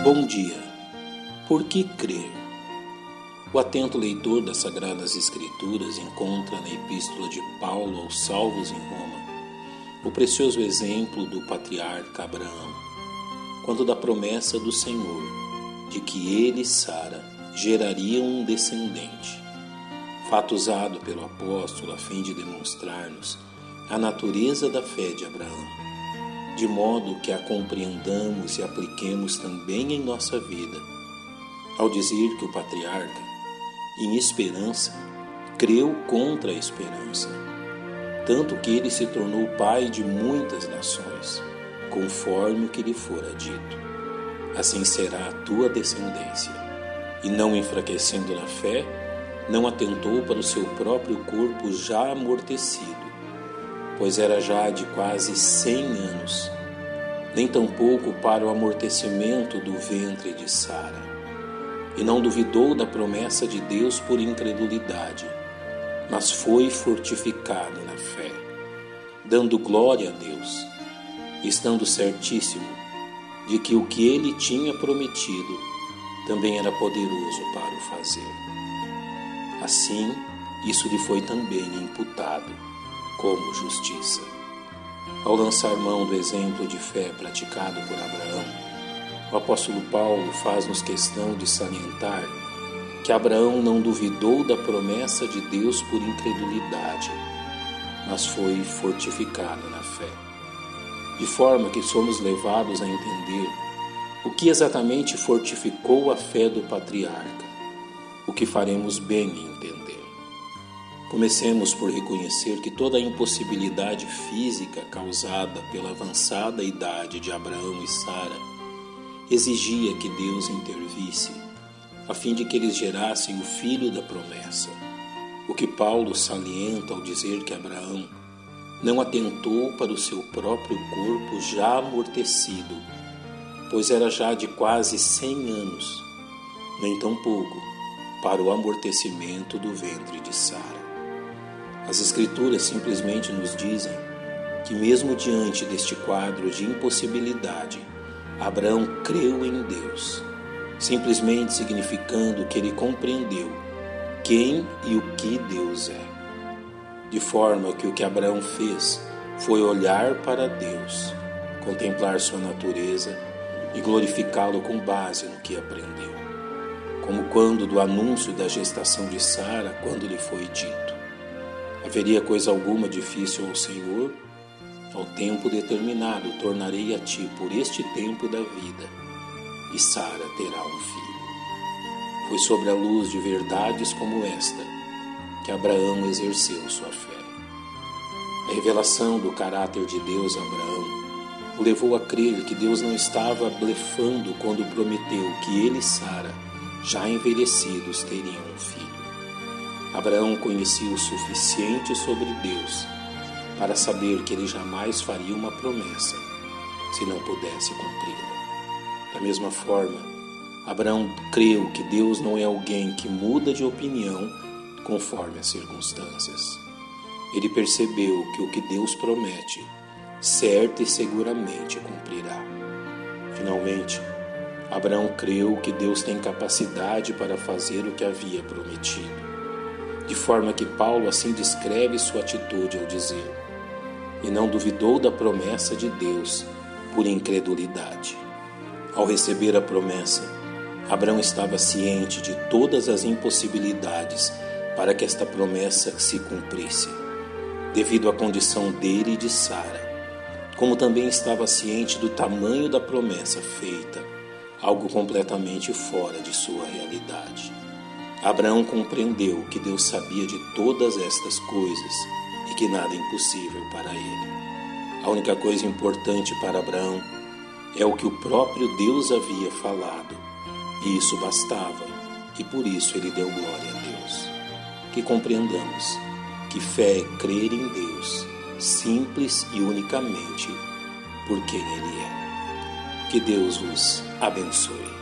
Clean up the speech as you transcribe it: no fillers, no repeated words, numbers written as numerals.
Bom dia. Por que crer? O atento leitor das Sagradas Escrituras encontra na Epístola de Paulo aos salvos em Roma o precioso exemplo do patriarca Abraão, quando da promessa do Senhor de que ele e Sara gerariam um descendente, fato usado pelo apóstolo a fim de demonstrar-nos a natureza da fé de Abraão, de modo que a compreendamos e apliquemos também em nossa vida, ao dizer que o patriarca, em esperança, creu contra a esperança, tanto que ele se tornou pai de muitas nações, conforme o que lhe fora dito. Assim será a tua descendência. E não enfraquecendo na fé, não atentou para o seu próprio corpo já amortecido, pois era já de quase 100 anos, nem tampouco para o amortecimento do ventre de Sara. E não duvidou da promessa de Deus por incredulidade, mas foi fortificado na fé, dando glória a Deus, estando certíssimo de que o que ele tinha prometido também era poderoso para o fazer. Assim, isso lhe foi também imputado como justiça. Ao lançar mão do exemplo de fé praticado por Abraão, o apóstolo Paulo faz-nos questão de salientar que Abraão não duvidou da promessa de Deus por incredulidade, mas foi fortificado na fé, de forma que somos levados a entender o que exatamente fortificou a fé do patriarca, o que faremos bem em entender. Comecemos por reconhecer que toda a impossibilidade física causada pela avançada idade de Abraão e Sara exigia que Deus intervisse, a fim de que eles gerassem o filho da promessa, o que Paulo salienta ao dizer que Abraão não atentou para o seu próprio corpo já amortecido, pois era já de quase 100 anos, nem tampouco para o amortecimento do ventre de Sara. As Escrituras simplesmente nos dizem que mesmo diante deste quadro de impossibilidade, Abraão creu em Deus, simplesmente significando que ele compreendeu quem e o que Deus é. De forma que o que Abraão fez foi olhar para Deus, contemplar sua natureza e glorificá-lo com base no que aprendeu. Como quando do anúncio da gestação de Sara, quando lhe foi dito: haveria coisa alguma difícil ao Senhor? Ao tempo determinado tornarei a ti por este tempo da vida, e Sara terá um filho. Foi sobre a luz de verdades como esta que Abraão exerceu sua fé. A revelação do caráter de Deus a Abraão o levou a crer que Deus não estava blefando quando prometeu que ele e Sara, já envelhecidos, teriam um filho. Abraão conhecia o suficiente sobre Deus para saber que ele jamais faria uma promessa se não pudesse cumpri-la. Da mesma forma, Abraão creu que Deus não é alguém que muda de opinião conforme as circunstâncias. Ele percebeu que o que Deus promete, certo e seguramente cumprirá. Finalmente, Abraão creu que Deus tem capacidade para fazer o que havia prometido, de forma que Paulo assim descreve sua atitude ao dizer: e não duvidou da promessa de Deus por incredulidade. Ao receber a promessa, Abraão estava ciente de todas as impossibilidades para que esta promessa se cumprisse, devido à condição dele e de Sara, como também estava ciente do tamanho da promessa feita, algo completamente fora de sua realidade. Abraão compreendeu que Deus sabia de todas estas coisas e que nada é impossível para ele. A única coisa importante para Abraão é o que o próprio Deus havia falado, e isso bastava, e por isso ele deu glória a Deus. Que compreendamos que fé é crer em Deus, simples e unicamente por quem Ele é. Que Deus vos abençoe.